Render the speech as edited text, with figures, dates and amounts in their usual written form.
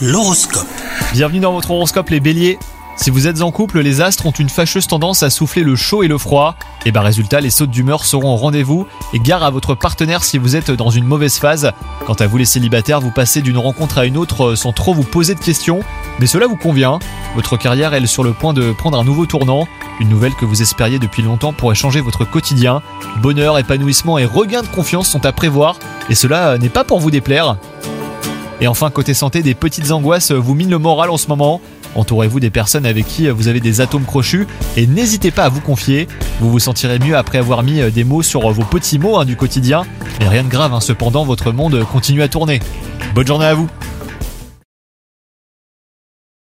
L'horoscope. Bienvenue dans votre horoscope les béliers. Si vous êtes en couple, les astres ont une fâcheuse tendance à souffler le chaud et le froid. Et résultat, les sautes d'humeur seront au rendez-vous. Et gare à votre partenaire si vous êtes dans une mauvaise phase. Quant à vous les célibataires, vous passez d'une rencontre à une autre sans trop vous poser de questions. Mais cela vous convient. Votre carrière est sur le point de prendre un nouveau tournant. Une nouvelle que vous espériez depuis longtemps pourrait changer votre quotidien. Bonheur, épanouissement et regain de confiance sont à prévoir. Et cela n'est pas pour vous déplaire. Et enfin, côté santé, des petites angoisses vous minent le moral en ce moment. Entourez-vous des personnes avec qui vous avez des atomes crochus et n'hésitez pas à vous confier. Vous vous sentirez mieux après avoir mis des mots sur vos petits mots du quotidien. Mais rien de grave, cependant, votre monde continue à tourner. Bonne journée à vous.